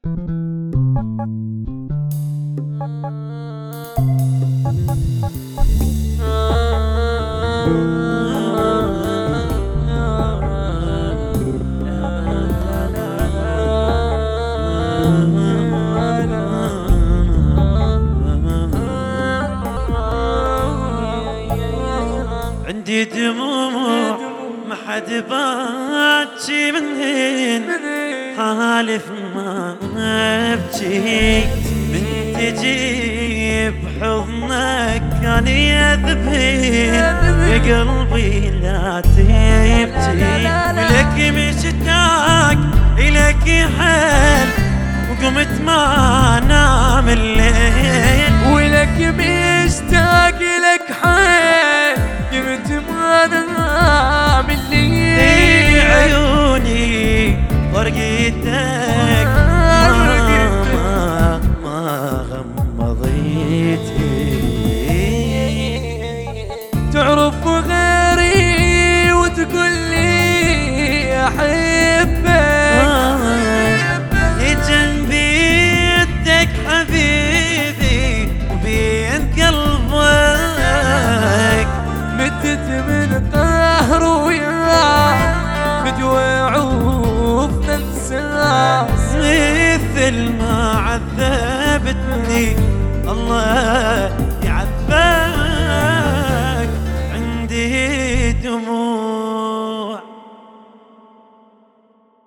عندي دموع ما حد باكي منهن، حالف ما ابكي من تجي بحضنك كان يذبين بقلبي لا تبكي. ولك مشتاق إلك حيل وقمت ما نام الليل، ولك مشتاق إلك حيل قمت ما نام الليل. عيوني فرقتك ما غمضيتي. تعرف غيري وتقول لي أحبك، جنبي يدك حبيبي وبين قلبك. متت من قهر وياك بدوى عوف ننساس، مثل ما عذبتني الله يعذبك. عندي دموع